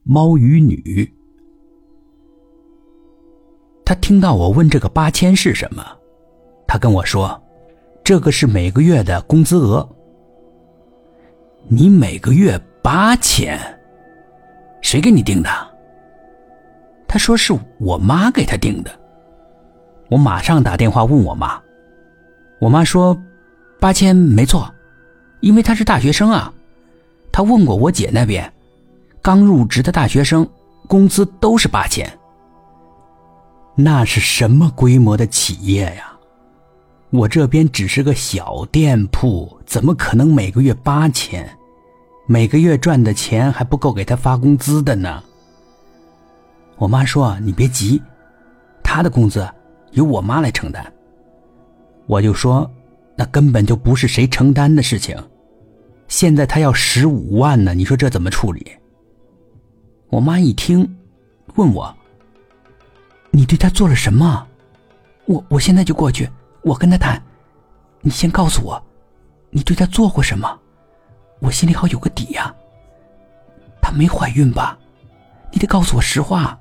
猫与女。他听到我问这个8000是什么，他跟我说，这个是每个月的工资额。你每个月8000，谁给你定的？他说是我妈给他定的。我马上打电话问我妈，我妈说8000没错，因为他是大学生啊。他问过我姐那边，刚入职的大学生工资都是8000。那是什么规模的企业呀？我这边只是个小店铺，怎么可能每个月8000？每个月赚的钱还不够给他发工资的呢。我妈说，你别急，他的工资由我妈来承担。我就说，那根本就不是谁承担的事情。现在他要15万呢，你说这怎么处理？我妈一听，问我，你对他做了什么？我现在就过去，我跟他谈。你先告诉我，你对他做过什么？我心里好有个底呀。他没怀孕吧？你得告诉我实话。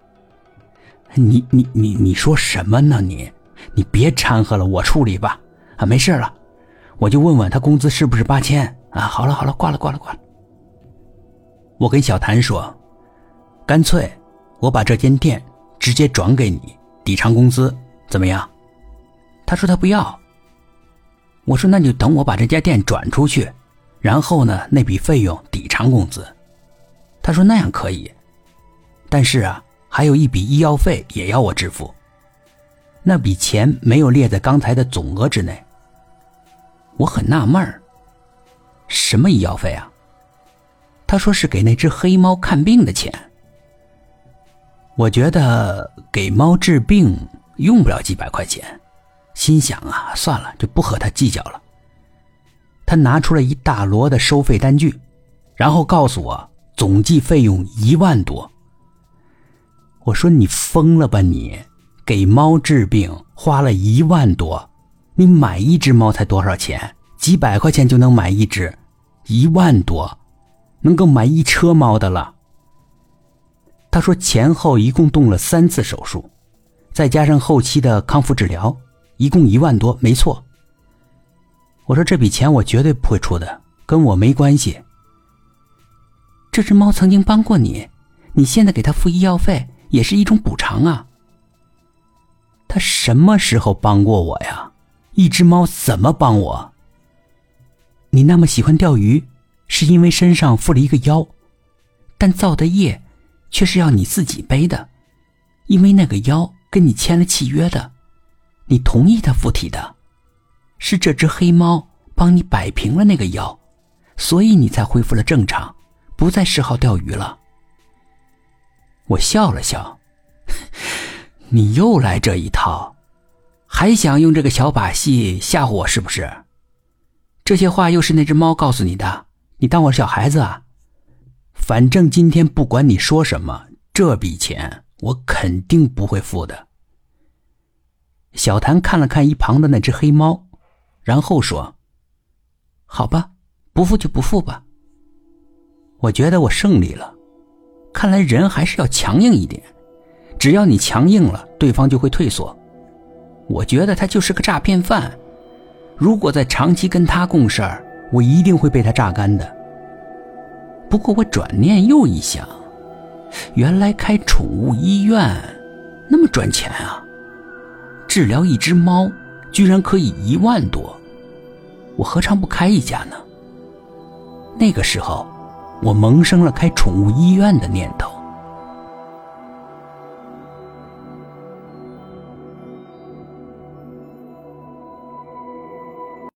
你说什么呢你别掺和了，我处理吧。没事了，我就问问他工资是不是8000啊？好了，挂了。我跟小谭说，干脆我把这间店直接转给你，抵偿工资，怎么样？他说他不要。我说那就等我把这家店转出去，然后呢，那笔费用抵偿工资。他说那样可以，但是啊，还有一笔医药费也要我支付，那笔钱没有列在刚才的总额之内。我很纳闷儿，什么医药费啊？他说是给那只黑猫看病的钱。我觉得给猫治病用不了几百块钱，心想啊，算了，就不和他计较了。他拿出了一大摞的收费单据，然后告诉我总计费用1万多。我说你疯了吧你，给猫治病花了1万多，你买一只猫才多少钱？几百块钱就能买一只，1万多能够买一车猫的了。他说前后一共动了3次手术，再加上后期的康复治疗，一共1万多，没错。我说这笔钱我绝对不会出的，跟我没关系。这只猫曾经帮过你，你现在给它付医药费也是一种补偿啊。它什么时候帮过我呀？一只猫怎么帮我？你那么喜欢钓鱼，是因为身上附了一个妖，但造的业却是要你自己背的，因为那个妖跟你签了契约的，你同意他附体的，是这只黑猫帮你摆平了那个妖，所以你才恢复了正常，不再嗜好钓鱼了。我笑了笑，你又来这一套，还想用这个小把戏吓唬我是不是？这些话又是那只猫告诉你的，你当我是小孩子啊？反正今天不管你说什么，这笔钱我肯定不会付的。小谭看了看一旁的那只黑猫，然后说，好吧，不付就不付吧。我觉得我胜利了，看来人还是要强硬一点，只要你强硬了，对方就会退缩。我觉得他就是个诈骗犯，如果再长期跟他共事儿，我一定会被他榨干的。不过我转念又一想，原来开宠物医院那么赚钱啊，治疗一只猫居然可以1万多，我何尝不开一家呢？那个时候我萌生了开宠物医院的念头。